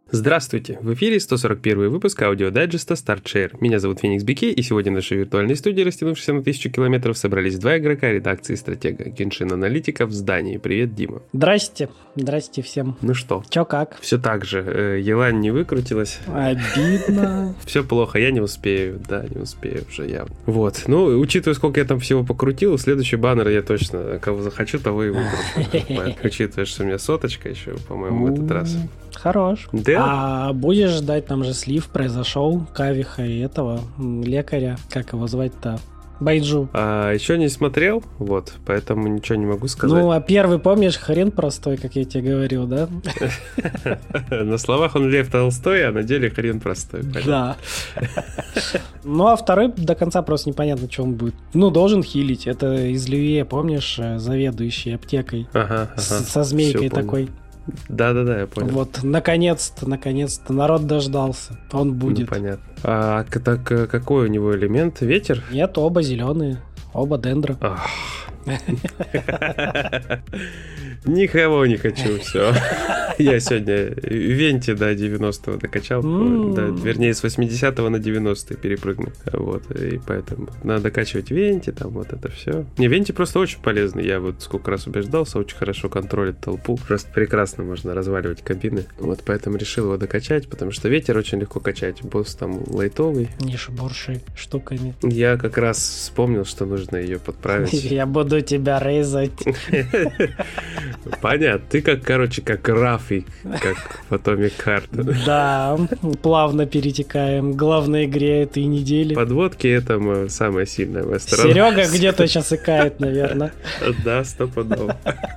Здравствуйте! В эфире 141 выпуск аудиодайджеста StartShare. Меня зовут Феникс Бикей, и сегодня в нашей виртуальной студии, растянувшейся на 1000 километров, собрались два игрока редакции стратега Genshin Аналитика в здании. Привет, Дима. Здрасте. Здрасте всем. Ну что? Чё как? Все так же. Елань не выкрутилась. Обидно. Все плохо, я не успею. Да, не успею уже явно. Вот. Ну, учитывая, сколько я там всего покрутил, следующий баннер я точно, кого захочу, того и выкручу. Учитывая, что у меня соточка еще, по-моему, в этот раз. Хорош. Да? А будешь ждать, там же слив произошел, Кавиха и этого лекаря, как его звать-то? Байджу. Еще не смотрел, вот, поэтому ничего не могу сказать. Ну, а первый, помнишь, хрен простой, как я тебе говорил, да? На словах он Лев Толстой, а на деле хрен простой. Да. Ну, а второй до конца просто непонятно, что он будет. Ну, должен хилить. Это из Люе, помнишь, заведующий аптекой со змейкой такой. Да, я понял. Вот, наконец-то, народ дождался. Он будет. Ну, понятно. А так какой у него элемент? Ветер? Нет, оба зеленые, оба дендро. Никого не хочу, все. Я сегодня Венти до 90-го докачал, вернее, с 80-го на 90-й перепрыгнул. Вот, и поэтому надо докачивать Венти, там вот это все. Не, Венти просто очень полезный. Я вот сколько раз убеждался, очень хорошо контролит толпу. Просто прекрасно можно разваливать кабины. Вот, поэтому решил его докачать, потому что ветер очень легко качать. Босс там лайтовый. Не шебурши штуками. Я как раз вспомнил, что нужно ее подправить. Я буду тебя резать. Понятно. Ты как Рафик, как в Atomic Heart. Да, плавно перетекаем. Главной игре этой недели. Подводки — это самая сильная моя сторона. Серега где-то сейчас икает, наверное. Да, стопудово.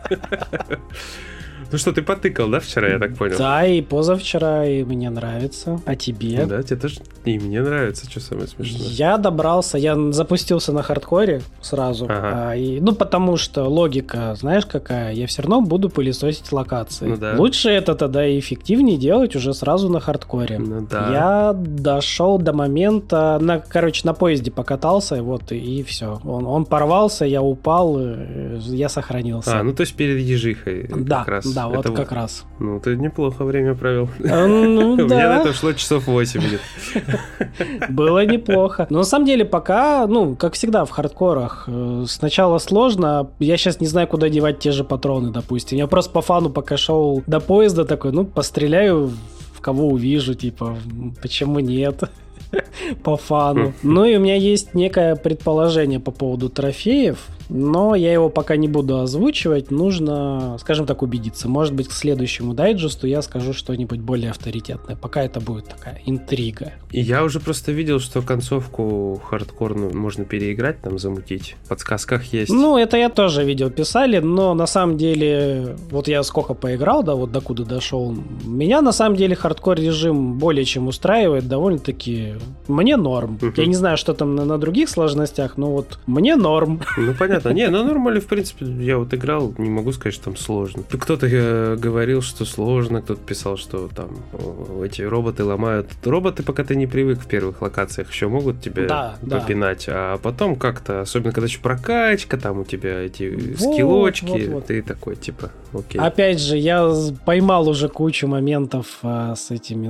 Ну что, ты потыкал, да, вчера, я так понял? Да, и позавчера, и мне нравится. А тебе? Да, тебе тоже и мне нравится, что самое смешное. Я добрался, я запустился на хардкоре сразу. Потому что логика, знаешь, какая? Я все равно буду пылесосить локации. Ну, да. Лучше это тогда и эффективнее делать уже сразу на хардкоре. Ну, да. Я дошел до момента, на поезде покатался, вот, и все. Он порвался, я упал, я сохранился. То есть перед ежихой как раз. Да, вот как раз. Ну, ты неплохо время провел. Ну, да. У меня на это ушло часов 8. Было неплохо. Но на самом деле пока, как всегда в хардкорах, сначала сложно. Я сейчас не знаю, куда девать те же патроны, допустим. Я просто по фану пока шел до поезда такой, постреляю в кого увижу, типа, почему нет? По фану. Ну и у меня есть некое предположение по поводу трофеев, но я его пока не буду озвучивать. Нужно, скажем так, убедиться. Может быть, к следующему дайджесту я скажу что-нибудь более авторитетное. Пока это будет такая интрига. И я уже просто видел, что концовку хардкорную можно переиграть, там замутить. В подсказках есть. Ну, это я тоже видел, писали, но на самом деле, вот я сколько поиграл, да, вот докуда дошел, меня на самом деле хардкор режим более чем устраивает, довольно-таки мне норм. Я не знаю, что там на других сложностях, но вот мне норм. Ну, понятно. Не, нормально, в принципе, я вот играл, не могу сказать, что там сложно. Кто-то говорил, что сложно, кто-то писал, что там эти роботы ломают. Роботы, пока ты не привык в первых локациях, еще могут тебя попинать, а потом как-то, особенно когда еще прокачка, там у тебя эти скиллочки, ты такой, типа, окей. Опять же, я поймал уже кучу моментов с этими,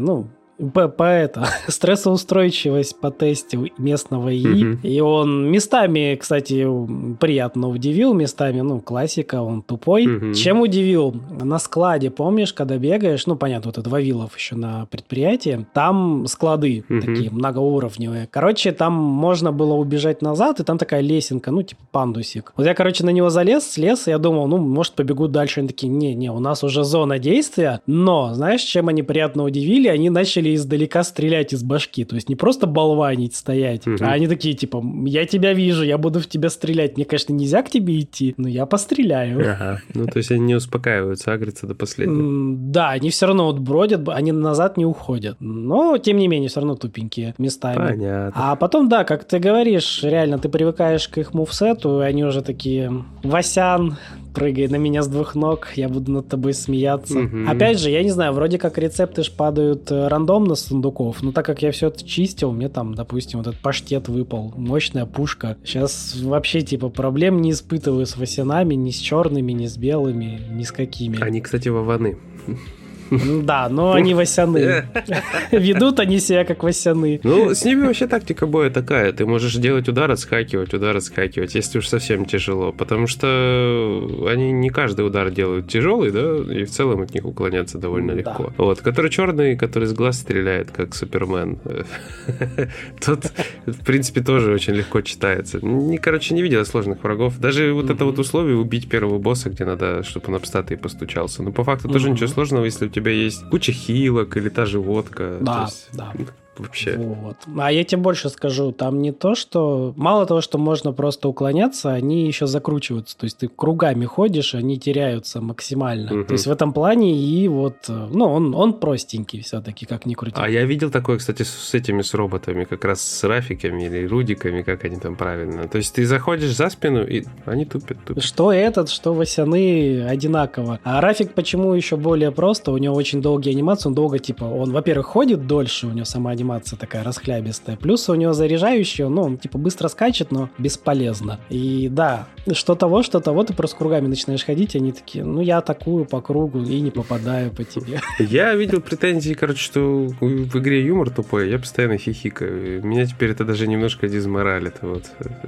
стрессоустойчивость по тесту местного ИИ. И он местами, кстати, приятно удивил, местами, классика, он тупой. Чем удивил? На складе, помнишь, когда бегаешь, понятно, вот это Вавилов еще на предприятии, там склады такие многоуровневые. Короче, там можно было убежать назад, и там такая лесенка, типа пандусик. Вот я, на него слез, и я думал, может, побегу дальше. Они такие, не, у нас уже зона действия, но, знаешь, чем они приятно удивили? Они начали издалека стрелять из башки. То есть не просто болванить, стоять, а они такие, типа, я тебя вижу, я буду в тебя стрелять. Мне, конечно, нельзя к тебе идти, но я постреляю. Ага. То есть они не успокаиваются, агрятся до последнего. Да, они все равно бродят, они назад не уходят. Но, тем не менее, все равно тупенькие местами. Понятно. А потом, да, как ты говоришь, реально, ты привыкаешь к их мувсету, и они уже такие, Васян, прыгай на меня с двух ног, я буду над тобой смеяться. Опять же, я не знаю, вроде как рецепты ж падают рандомно с сундуков, но так как я все это чистил, мне там, допустим, вот этот паштет выпал, мощная пушка. Сейчас вообще, типа, проблем не испытываю с васянами, ни с черными, ни с белыми, ни с какими. Они, кстати, вованы. Да, но они Васяны. Ведут они себя как Васяны. Ну, с ними вообще тактика боя такая. Ты можешь делать удар, отскакивать, если уж совсем тяжело. Потому что они не каждый удар делают тяжелый, да, и в целом от них уклоняться довольно легко. Вот, который черный, который с глаз стреляет, как Супермен. Тот, в принципе, тоже очень легко читается. Короче, не видела сложных врагов. Даже вот это вот условие убить первого босса, где надо, чтобы он об статуи постучался. Но по факту тоже ничего сложного, если у тебя есть куча хилок или та же водка. Да, да. Вообще. Вот. А я тебе больше скажу, там не то, что... Мало того, что можно просто уклоняться, они еще закручиваются. То есть ты кругами ходишь, они теряются максимально. То есть в этом плане и вот... Ну, он простенький все-таки, как ни крути. А я видел такое, кстати, с роботами, как раз с рафиками или рудиками, как они там правильно. То есть ты заходишь за спину, и они тупят. Что этот, что Васяны одинаково. А рафик почему еще более просто? У него очень долгие анимации, он долго, типа... Он, во-первых, ходит дольше, у него сама анимация такая расхлябистая. Плюс у него заряжающий, ну, он типа быстро скачет, но бесполезно. И да, что того, ты просто кругами начинаешь ходить, и они такие, ну, я атакую по кругу и не попадаю по тебе. Я видел претензии, короче, что в игре юмор тупой, я постоянно хихикаю. Меня теперь это даже немножко дизморалит, вот.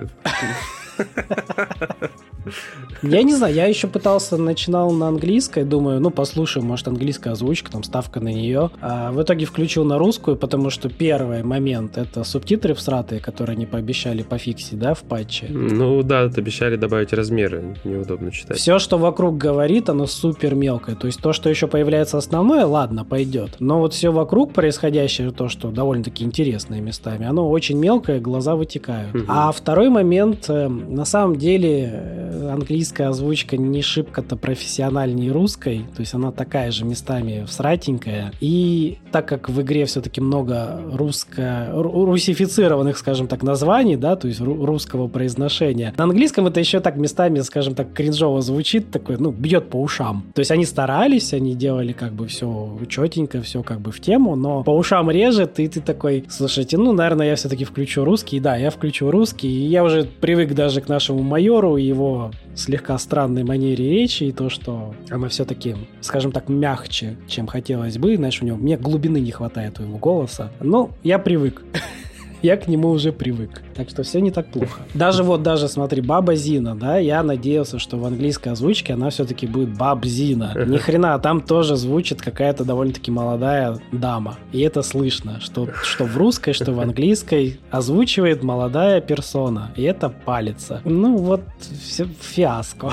Я не знаю, я еще начинал на английской, думаю, ну, послушаю, может, английская озвучка, там, ставка на нее. А в итоге включил на русскую, потому что первый момент — это субтитры всратые, которые они пообещали пофиксить, да, в патче. Ну, да, обещали добавить размеры, неудобно читать. Все, что вокруг говорит, оно супер мелкое. То есть то, что еще появляется основное, ладно, пойдет. Но вот все вокруг происходящее, то, что довольно-таки интересное местами, оно очень мелкое, глаза вытекают. А второй момент, на самом деле... Английская озвучка не шибко-то профессиональнее русской, то есть она такая же местами всратенькая. И так как в игре все-таки много русифицированных, скажем так, названий, да, то есть русского произношения, на английском это еще так местами, скажем так, кринжово звучит, такой, ну, бьет по ушам. То есть они старались, они делали как бы все четенько, все как бы в тему, но по ушам режет, и ты такой, слушайте, ну, наверное, я все-таки включу русский. Да, я включу русский, и я уже привык даже к нашему майору и его слегка странной манере речи, и то, что она все-таки, скажем так, мягче, чем хотелось бы. Знаешь, мне глубины не хватает у его голоса. Но я привык. Я к нему уже привык. Так что все не так плохо. Даже смотри, Баба Зина, да, я надеялся, что в английской озвучке она все-таки будет Баб Зина. Ни хрена, там тоже звучит какая-то довольно-таки молодая дама. И это слышно, что в русской, что в английской озвучивает молодая персона. И это палится. Ну вот, фиаско.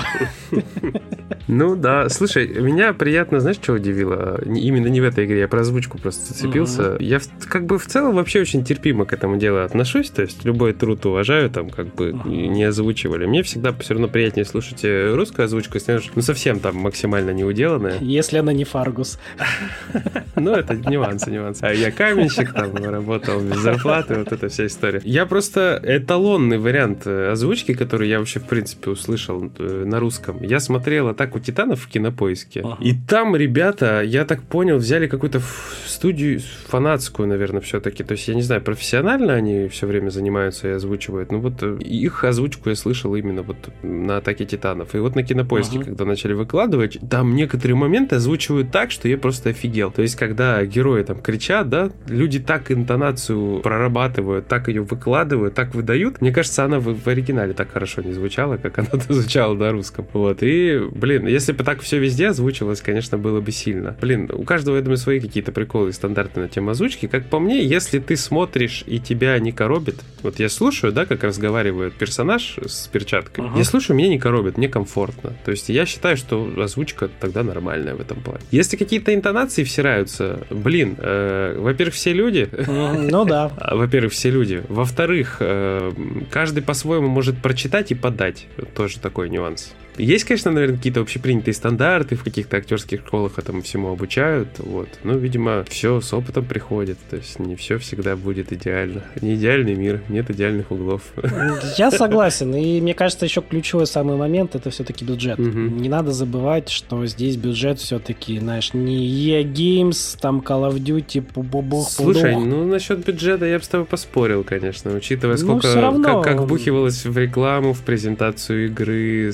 Ну да, слушай, меня приятно, знаешь, что удивило? Именно не в этой игре, я про озвучку просто зацепился. Я как бы в целом вообще очень терпимо к этому делу отношусь, то есть любой труд уважаю, там как бы не озвучивали. Мне всегда все равно приятнее слушать русскую озвучку, если она совсем там максимально неуделанная. Если она не Фаргус. Ну, это нюансы. А я каменщик, там, работал без зарплаты, вот эта вся история. Я просто эталонный вариант озвучки, который я вообще, в принципе, услышал на русском. Я смотрел «Атаку титанов» в Кинопоиске, и там ребята, я так понял, взяли какую-то студию фанатскую, наверное, все-таки. То есть, я не знаю, профессионально они все время занимаются и озвучивают. Ну, вот их озвучку я слышал именно вот на «Атаке титанов». И вот на Кинопоиске, когда начали выкладывать, там некоторые моменты озвучивают так, что я просто офигел. То есть, когда герои там кричат, да, люди так интонацию прорабатывают, так ее выкладывают, так выдают. Мне кажется, она в оригинале так хорошо не звучала, как она звучала на русском. Вот. И, блин, если бы так все везде озвучивалось, конечно, было бы сильно. Блин, у каждого, я думаю, свои какие-то приколы и стандарты на тему озвучки. Как по мне, если ты смотришь и тебя не коробит, вот я слушаю, да, как разговаривает персонаж с перчаткой, я слушаю, меня не коробит, мне комфортно. То есть я считаю, что озвучка тогда нормальная в этом плане. Если какие-то интонации всираются, блин, во-первых, все люди. Ну да. Во-первых, все люди. Во-вторых, каждый по-своему может прочитать и подать. Тоже такой нюанс. Есть, конечно, наверное, какие-то общепринятые стандарты в каких-то актерских школах этому всему обучают, вот. Но, видимо, все с опытом приходит, то есть не все всегда будет идеально. Не идеальный мир, нет идеальных углов. Я согласен, и мне кажется, еще ключевой самый момент — это все-таки бюджет. Не надо забывать, что здесь бюджет все-таки, знаешь, не EA Games, там Call of Duty, Слушай, ну насчет бюджета я бы с тобой поспорил, конечно, учитывая, сколько, как вбухивалось в рекламу, в презентацию игры, с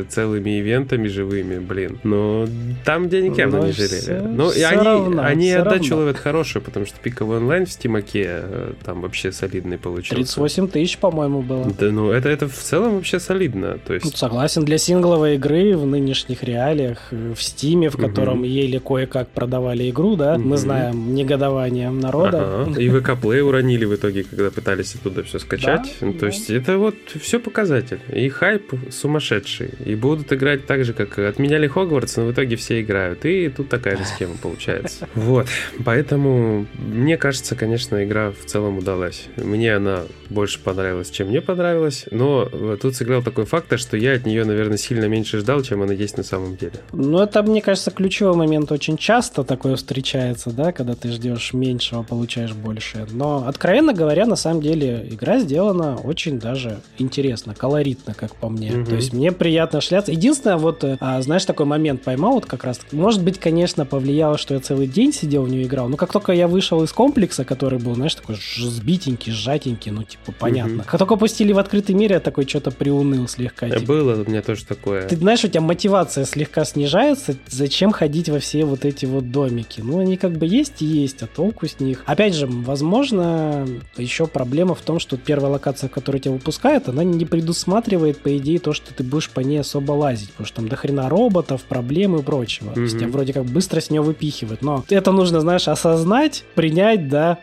целыми ивентами живыми, блин. Но там денег явно не жалели. Но и они отдачу ловят хорошую, потому что пиковый онлайн в Стимаке там вообще солидный получился. 38 тысяч, по-моему, было. Да, ну это в целом вообще солидно. То есть... Согласен, для сингловой игры в нынешних реалиях, в Стиме, в котором еле кое-как продавали игру, да, мы знаем негодование народа. И ВК-плей уронили в итоге, когда пытались оттуда все скачать. Да, то есть это вот все показатель. И хайп сумасшедший. И будут играть так же, как отменяли Хогвартс, но в итоге все играют. И тут такая же схема получается. Вот. Поэтому мне кажется, конечно, игра в целом удалась. Мне она больше понравилась, чем мне понравилась. Но тут сыграл такой фактор, что я от нее, наверное, сильно меньше ждал, чем она есть на самом деле. Ну, это, мне кажется, ключевой момент. Очень часто такое встречается, да, когда ты ждешь меньшего, получаешь больше. Но, откровенно говоря, на самом деле, игра сделана очень даже интересно, колоритно, как по мне. То есть мне приятно шляться. Единственное, вот, знаешь, такой момент поймал, вот как раз, может быть, конечно, повлияло, что я целый день сидел в нее играл, но как только я вышел из комплекса, который был, знаешь, такой сбитенький, сжатенький, ну, типа, понятно. Как только пустили в открытый мир, я такой что-то приуныл слегка. Было у меня тоже такое. Ты знаешь, у тебя мотивация слегка снижается, зачем ходить во все вот эти вот домики? Ну, они как бы есть и есть, а толку с них. Опять же, возможно, еще проблема в том, что первая локация, которую тебя выпускает, она не предусматривает, по идее, то, что ты будешь по ней особо лазить, потому что там дохрена роботов, проблем и прочего. То есть тебя вроде как быстро с нее выпихивают, но это нужно, знаешь, осознать, принять, да,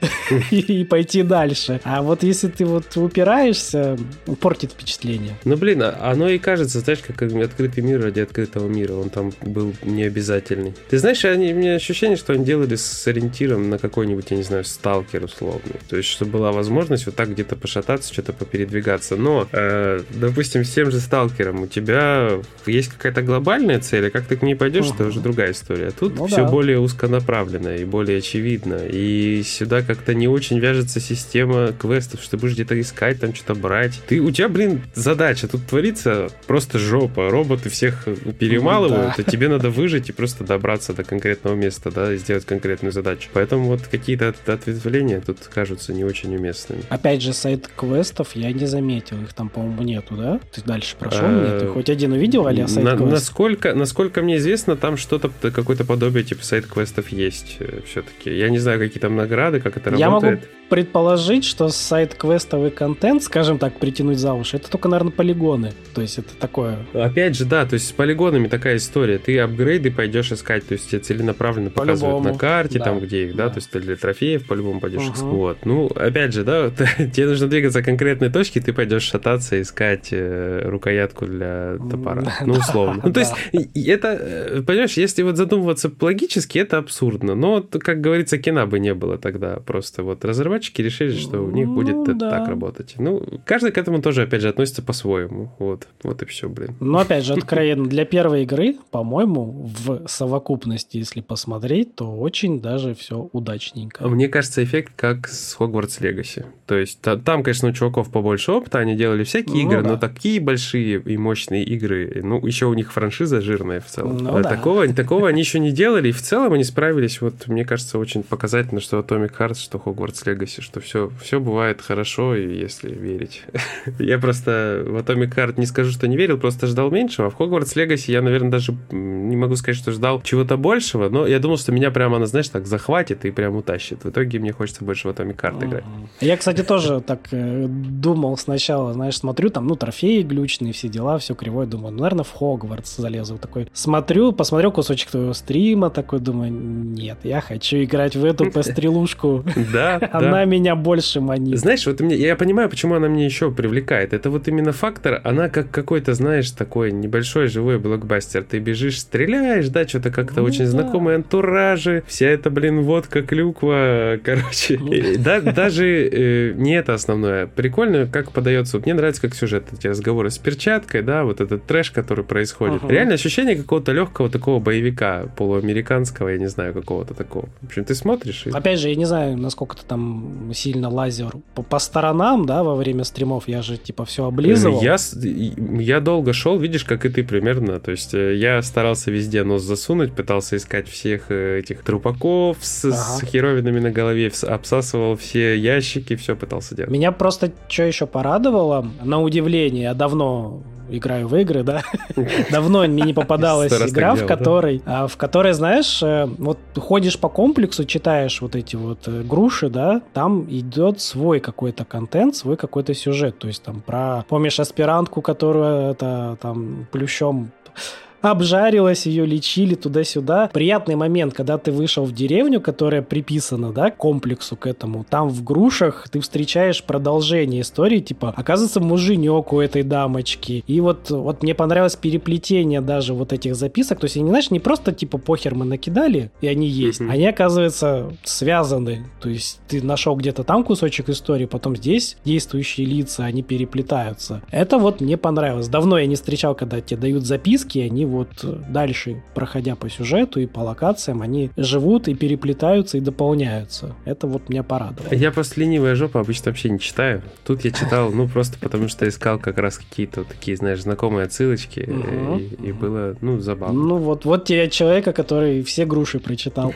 и пойти дальше. А вот если ты вот упираешься, портит впечатление. Ну, блин, оно и кажется, знаешь, как открытый мир ради открытого мира. Он там был необязательный. Ты знаешь, у меня ощущение, что они делали с ориентиром на какой-нибудь, я не знаю, сталкер условный. То есть, чтобы была возможность вот так где-то пошататься, что-то попередвигаться. Но, допустим, с тем же сталкером у тебя есть какая-то глобальная цель, а как ты к ней пойдешь, это уже другая история. А тут все более узконаправленно и более очевидно. И сюда как-то не очень вяжется система квестов, что ты будешь где-то искать, там что-то брать. У тебя, блин, задача. Тут творится просто жопа. Роботы всех перемалывают, а тебе надо выжить и просто добраться до конкретного места, да, и сделать конкретную задачу. Поэтому вот какие-то ответвления тут кажутся не очень уместными. Опять же, сайт-квестов я не заметил. Их там, по-моему, нету, да? Ты дальше прошел? Нет? Ты хоть один увидел, а сайт-квест? Насколько мне известно, там что-то, какое-то подобие типа сайт-квестов есть все-таки. Я не знаю, какие там награды, как это работает. Я могу предположить, что сайт-квестовый контент, скажем так, притянуть за уши, это только, наверное, полигоны. То есть это такое... Опять же, да, то есть с полигонами такая история. Ты апгрейды пойдешь искать, то есть тебе целенаправленно показывают на карте, там, где их, да, то есть ты для трофеев по-любому пойдешь искать. Вот. Ну, опять же, да, тебе нужно двигаться к конкретной точке, ты пойдешь шататься, искать рукоятку для топора. Ну, условно. Ну, то есть это, понимаешь, если вот задумываться логически, это абсурдно. Но, как говорится, кино бы не было тогда. Просто вот разработчики решили, что у них будет так работать. Ну, каждый к этому тоже, опять же, относится по-своему. Вот и все, блин. Ну, опять же, откровенно, для первой игры, по-моему, в совокупности, если посмотреть, то очень даже все удачненько. Мне кажется, эффект как с Hogwarts Legacy. То есть там, конечно, у чуваков побольше опыта, они делали всякие игры, но такие большие и мощные игры, ну, еще у них франшиза жирная в целом. Такого они еще не делали, и в целом они справились, вот, мне кажется, очень показательно, что Atomic Heart, что Hogwarts Legacy, что все бывает хорошо, если верить. Я просто в Atomic Heart не скажу, что не верил, просто ждал меньшего. А в Hogwarts Legacy я, наверное, даже не могу сказать, что ждал чего-то большего, но я думал, что меня прямо, она, знаешь, так захватит и прям утащит. В итоге мне хочется больше в Atomic Heart играть. Я, кстати, тоже так думал сначала, знаешь, смотрю, там, ну, трофеи глючные, все дела, все кривое, думаю, ну, наверное, в Хогвартс залезу. Такой посмотрел кусочек твоего стрима, такой, думаю, нет, я хочу играть в эту пострелушку. Да, она меня больше манит. Знаешь, вот я понимаю, почему она меня еще привлекает. Это вот именно фактор, она как какой-то, знаешь, такой небольшой живой блокбастер. Ты бежишь, стреляешь, да, что-то как-то очень знакомые антуражи, вся эта, блин, водка, клюква, короче. Даже не это основное. Прикольно, как подается. Мне нравится, как сюжет, эти разговоры с перчаткой, да, вот этот трэш, который происходит. Реально ощущение какого-то легкого такого боевика, полуамериканского, я не знаю, какого-то такого. В общем, ты смотришь и... Опять же, я не знаю, насколько ты там сильно лазил по сторонам, да, во время стримов. Я же, типа, все облизывал. Я долго шел, видишь, как и ты примерно. То есть я старался везде нос засунуть, пытался искать всех этих трупаков с херовинами на голове, обсасывал все ящики, все пытался делать. Меня просто что еще порадовало, на удивление, я давно играю в игры, да. Давно мне не попадалась игра, в которой, знаешь, вот ходишь по комплексу, читаешь вот эти вот груши, да, там идет свой какой-то контент, свой какой-то сюжет. То есть там помнишь аспирантку, которую там плющом обжарилась, ее лечили туда-сюда. Приятный момент, когда ты вышел в деревню, которая приписана, да, к комплексу к этому. Там в грушах ты встречаешь продолжение истории, типа, оказывается, муженек у этой дамочки. И вот мне понравилось переплетение даже вот этих записок. То есть, они, знаешь, не просто, типа, похер мы накидали, и они есть. Они, оказывается, связаны. То есть, ты нашел где-то там кусочек истории, потом здесь действующие лица, они переплетаются. Это вот мне понравилось. Давно я не встречал, когда тебе дают записки, они вот дальше, проходя по сюжету и по локациям, они живут и переплетаются и дополняются. Это вот меня порадовало. Я просто ленивая жопа обычно вообще не читаю. Тут я читал, просто потому что искал как раз какие-то вот такие, знаешь, знакомые отсылочки, и было, забавно. Вот тебе человека, который все груши прочитал.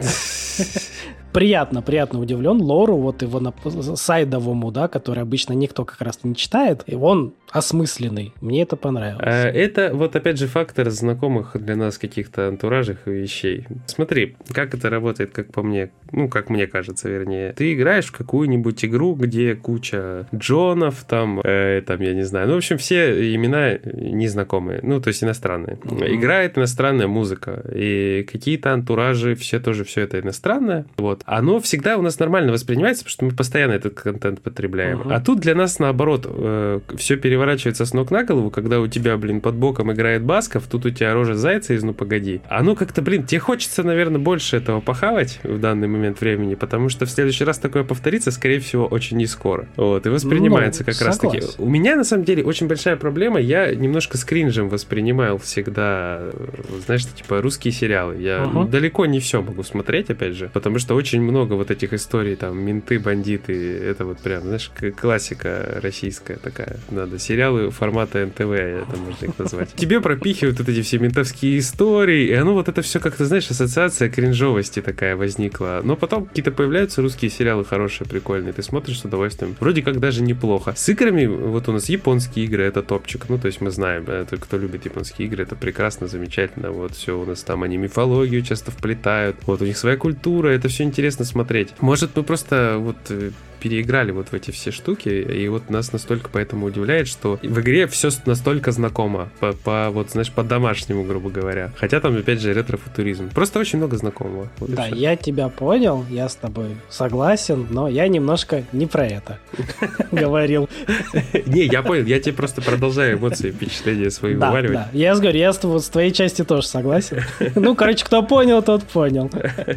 Приятно удивлен лору, вот его сайдовому, да, который обычно никто как раз не читает, и он осмысленный. Мне это понравилось. Это вот опять же фактор знакомых для нас каких-то антуражных вещей. Смотри, как это работает, как по мне, как мне кажется, вернее. Ты играешь в какую-нибудь игру, где куча Джонов, там, я не знаю, в общем, все имена незнакомые, то есть иностранные. Играет иностранная музыка, и какие-то антуражи, все это иностранное, вот. Оно всегда у нас нормально воспринимается, потому что мы постоянно этот контент потребляем. А тут для нас, наоборот, все переворачивается с ног на голову, когда у тебя, под боком играет Басков, тут у тебя рожа зайца из «Ну, погоди». Оно как-то, тебе хочется, наверное, больше этого похавать в данный момент времени, потому что в следующий раз такое повторится, скорее всего, очень не скоро. Вот, и воспринимается как раз-таки. У меня, на самом деле, очень большая проблема, я немножко с кринжем воспринимал всегда, знаешь, типа русские сериалы. Я далеко не все могу смотреть, опять же, потому что очень много вот этих историй, там, менты, бандиты, это вот прям, знаешь, классика российская такая. Надо сериалы формата НТВ, это можно их назвать. Тебе пропихивают вот эти все ментовские истории, и оно вот это все как-то, знаешь, ассоциация кринжовости такая возникла. Но потом какие-то появляются русские сериалы хорошие, прикольные, ты смотришь с удовольствием. Вроде как даже неплохо. С играми, вот у нас японские игры, это топчик, то есть мы знаем, кто любит японские игры, это прекрасно, замечательно, вот все у нас там, они мифологию часто вплетают, вот у них своя культура, это все интересно смотреть. Может, мы просто переиграли вот в эти все штуки, и вот нас настолько поэтому удивляет, что в игре все настолько знакомо, по-домашнему, грубо говоря. Хотя там, опять же, ретро-футуризм. Просто очень много знакомого. Вот да, я тебя понял, я с тобой согласен, но я немножко не про это говорил. Не, я понял, я тебе просто продолжаю эмоции, впечатления свои вываливать. Да, я говорю, я с твоей части тоже согласен. Кто понял, тот понял.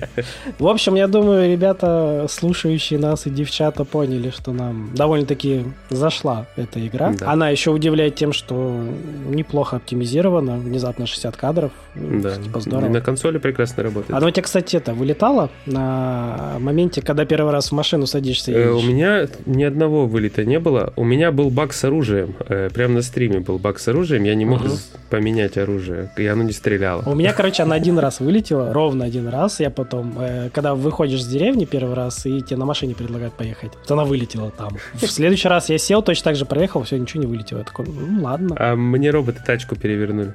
В общем, я думаю, ребята, слушающие нас и девчата, поняли, что нам довольно-таки зашла эта игра. Да. Она еще удивляет тем, что неплохо оптимизирована, внезапно 60 кадров. Да. Типа здорово. И на консоли прекрасно работает. Оно у тебя, кстати, вылетало на моменте, когда первый раз в машину садишься? У меня ни одного вылета не было. У меня был баг с оружием. Прямо на стриме был баг с оружием. Я не мог поменять оружие, и оно не стреляло. У меня, она один раз вылетела, ровно один раз. Я потом, когда выходишь с деревни первый раз, и тебе на машине предлагают поехать, то она вылетела там. В следующий раз я сел, точно так же проехал, все, ничего не вылетело. Я такой, ладно. А мне роботы тачку перевернули.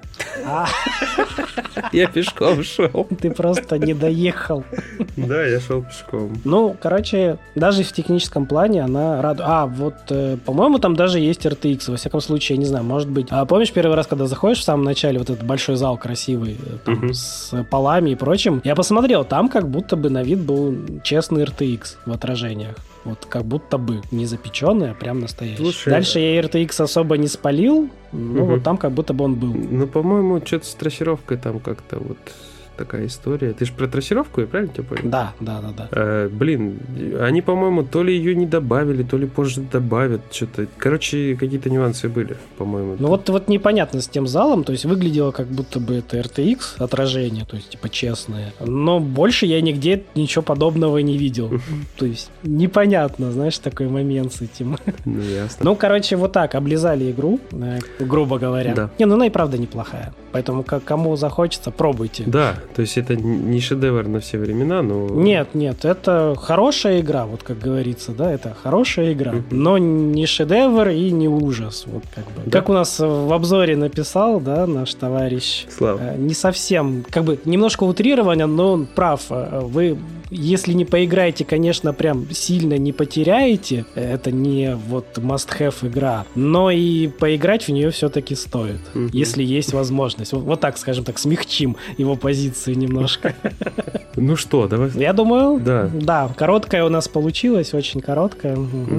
Я пешком шел. Ты просто не доехал. Да, я шел пешком. Даже в техническом плане она радует. По-моему, там даже есть RTX. Во всяком случае, я не знаю, может быть. А помнишь первый раз, когда заходишь в самом начале, вот этот большой зал красивый, там, с полами и прочим, я посмотрел, там как будто бы на вид был честный RTX в отражениях. Вот как будто бы не запеченный, а прям настоящий. Слушай, дальше я RTX особо не спалил, но вот там как будто бы он был. По-моему, что-то с трассировкой там как-то вот такая история. Ты же про трассировку, я правильно тебя понял? Да. Они, по-моему, то ли ее не добавили, то ли позже добавят, что-то. Короче, какие-то нюансы были, по-моему. Вот непонятно с тем залом, то есть выглядело как будто бы это RTX отражение, то есть типа честное, но больше я нигде ничего подобного не видел. То есть непонятно, знаешь, такой момент с этим. Ясно. Вот так, облизали игру, грубо говоря. Да. Она и правда неплохая. Поэтому кому захочется, пробуйте. Да, то есть это не шедевр на все времена, но... Нет, это хорошая игра, вот как говорится, да, это хорошая игра, но не шедевр и не ужас, вот как бы. Да. Как у нас в обзоре написал, да, наш товарищ. Слава. Не совсем, как бы немножко утрировано, но он прав. Вы, если не поиграете, конечно, прям сильно не потеряете, это не вот must-have игра, но и поиграть в нее все-таки стоит, если есть возможность. Вот так, скажем так, смягчим его позицию немножко. Ну что, давай. Я думаю, да, короткая у нас получилась, очень короткая.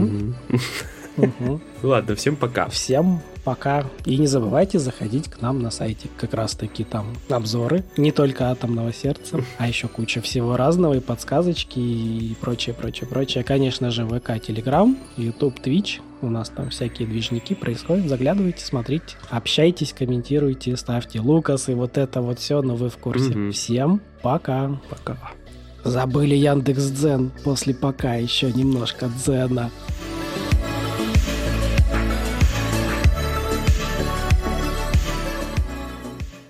Ладно, всем пока. Всем пока. И не забывайте заходить к нам на сайте. Как раз-таки там обзоры, не только «Атомного сердца», а еще куча всего разного, и подсказочки, и прочее. Конечно же, ВК, Телеграм, YouTube, Twitch. У нас там всякие движники происходят. Заглядывайте, смотрите, общайтесь, комментируйте, ставьте лукасы, вот это вот все, но вы в курсе. Всем пока. Пока. Забыли Яндекс.Дзен. После пока еще немножко дзена.